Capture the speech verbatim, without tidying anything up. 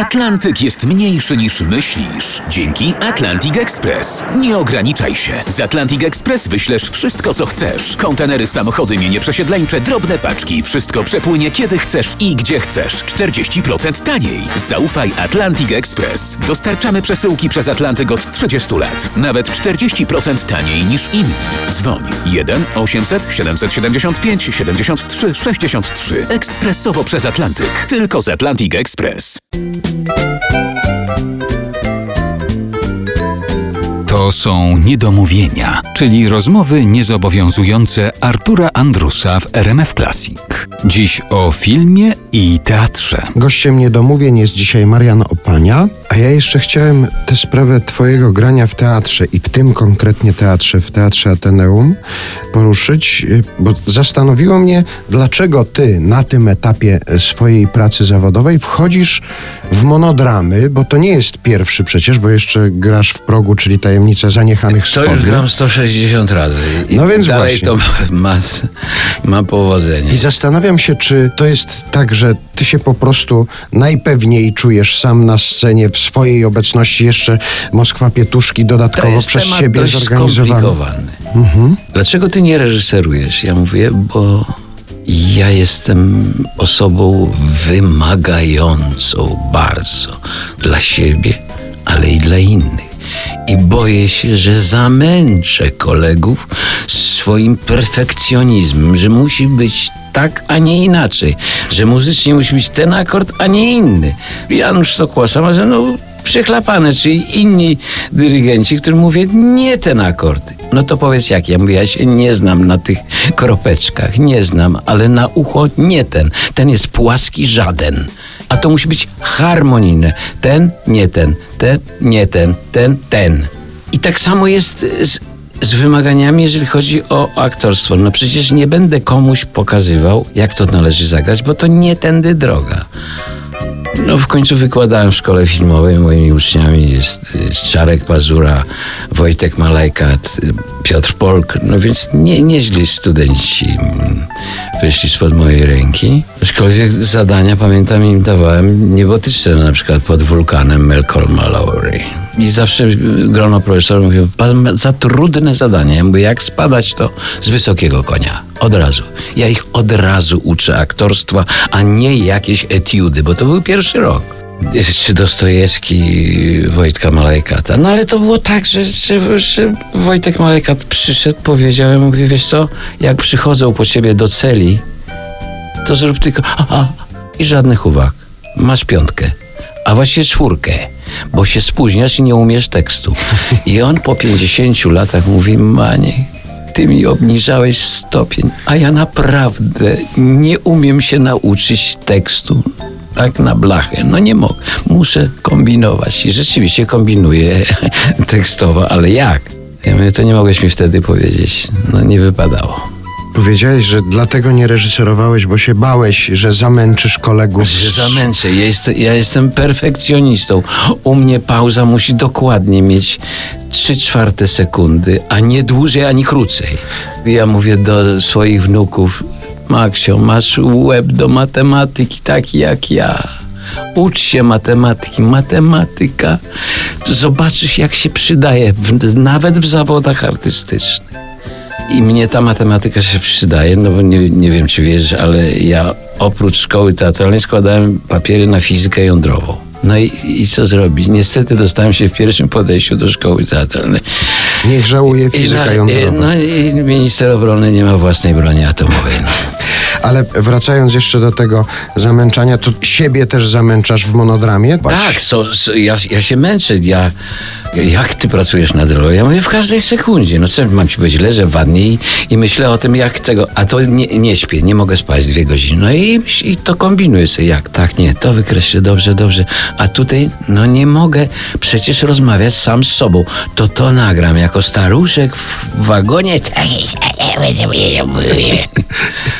Atlantyk jest mniejszy niż myślisz. Dzięki Atlantic Express. Nie ograniczaj się. Z Atlantic Express wyślesz wszystko, co chcesz. Kontenery, samochody, mienie przesiedleńcze, drobne paczki. Wszystko przepłynie kiedy chcesz i gdzie chcesz. czterdzieści procent taniej. Zaufaj Atlantic Express. Dostarczamy przesyłki przez Atlantyk od trzydziestu lat. Nawet czterdzieści procent taniej niż inni. Dzwoń jeden osiemset siedemset siedemdziesiąt pięć siedemdziesiąt trzy sześćdziesiąt trzy. Ekspresowo przez Atlantyk. Tylko z Atlantic Express. To są niedomówienia, czyli rozmowy niezobowiązujące Artura Andrusa w R M F Classic. Dziś o filmie i teatrze. Gościem niedomówień jest dzisiaj Marian Opania, a ja jeszcze chciałem tę sprawę twojego grania w teatrze i w tym konkretnie teatrze, w Teatrze Ateneum poruszyć, bo zastanowiło mnie, dlaczego ty na tym etapie swojej pracy zawodowej wchodzisz w monodramy, bo to nie jest pierwszy przecież, bo jeszcze grasz w Progu, czyli Tajemnica Zaniechanych To Spodni. już gram sto sześćdziesiąt razy i No więc dalej właśnie. to ma, ma powodzenie. I zastanawiam się, czy to jest tak, że ty się po prostu najpewniej czujesz sam na scenie w swojej obecności, jeszcze Moskwa Pietuszki To dodatkowo jest przez temat ciebie dość zorganizowany. skomplikowany. Mhm. Dlaczego ty nie reżyserujesz? Ja mówię, bo ja jestem osobą wymagającą bardzo dla siebie, ale i dla innych. I boję się, że zamęczę kolegów swoim perfekcjonizmem, że musi być tak, a nie inaczej, że muzycznie musi być ten akord, a nie inny. Janusz Stokłosa ma ze mną przechlapane, czyli inni dyrygenci, którym mówię, nie ten akord. No to powiedz jak? Ja mówię, ja się nie znam na tych kropeczkach, nie znam, ale na ucho nie ten. Ten jest płaski, żaden. A to musi być harmonijne. Ten, nie ten, ten, nie ten, ten, ten. I tak samo jest z, z wymaganiami, jeżeli chodzi o aktorstwo. No przecież nie będę komuś pokazywał, jak to należy zagrać, bo to nie tędy droga. No w końcu wykładałem w szkole filmowej, moimi uczniami jest, jest Czarek Pazura, Wojtek Malajkat, Piotr Polk, no więc nie, nieźli studenci wyszli spod mojej ręki. Aczkolwiek zadania, pamiętam, im dawałem niebotyczne, na przykład Pod wulkanem Malcolma Lowry. I zawsze grono profesorów mówiło, za trudne zadanie. Ja mówię, jak spadać to z wysokiego konia. Od razu. Ja ich od razu uczę aktorstwa, a nie jakieś etiudy, bo to był pierwszy rok. Czy Dostojewski, Wojtka Malajkata. No ale to było tak, że, że, że Wojtek Malajkat przyszedł, powiedział, ja mówię, wiesz co, jak przychodzą po ciebie do celi, to zrób tylko aha, i żadnych uwag. Masz piątkę, a właściwie czwórkę, bo się spóźniasz i nie umiesz tekstu. I on po pięćdziesięciu latach mówi, Maniek, ty mi obniżałeś stopień, a ja naprawdę nie umiem się nauczyć tekstu tak na blachę. No nie mogę. Muszę kombinować. I rzeczywiście kombinuję tekstowo, ale jak? Ja mówię, to nie mogłeś mi wtedy powiedzieć. No nie wypadało. Powiedziałeś, że dlatego nie reżyserowałeś, bo się bałeś, że zamęczysz kolegów. Że zamęczę. Ja, jest, ja jestem perfekcjonistą. U mnie pauza musi dokładnie mieć trzy czwarte sekundy, a nie dłużej, ani krócej. Ja mówię do swoich wnuków, Maksio, masz łeb do matematyki taki jak ja. Ucz się matematyki. Matematyka, zobaczysz jak się przydaje, w, nawet w zawodach artystycznych. I mnie ta matematyka się przydaje, no bo nie, nie wiem, czy wiesz, ale ja oprócz szkoły teatralnej składałem papiery na fizykę jądrową. No i, i co zrobić? Niestety dostałem się w pierwszym podejściu do szkoły teatralnej. Niech żałuje fizyka I, jądrowa. No i minister obrony nie ma własnej broni atomowej. No. Ale wracając jeszcze do tego zamęczania, to siebie też zamęczasz w monodramie? Tak, so, so, ja, ja się męczę. Ja, jak ty pracujesz nad rolą? Ja mówię w każdej sekundzie. No co mam ci powiedzieć? Leżę w wannie i, i myślę o tym, jak tego... A to nie, nie śpię, nie mogę spać dwie godziny. No i, i to kombinuję sobie. Jak? Tak, nie, to wykreślę, dobrze, dobrze. A tutaj, no nie mogę przecież rozmawiać sam z sobą. To to nagram jako staruszek w wagonie.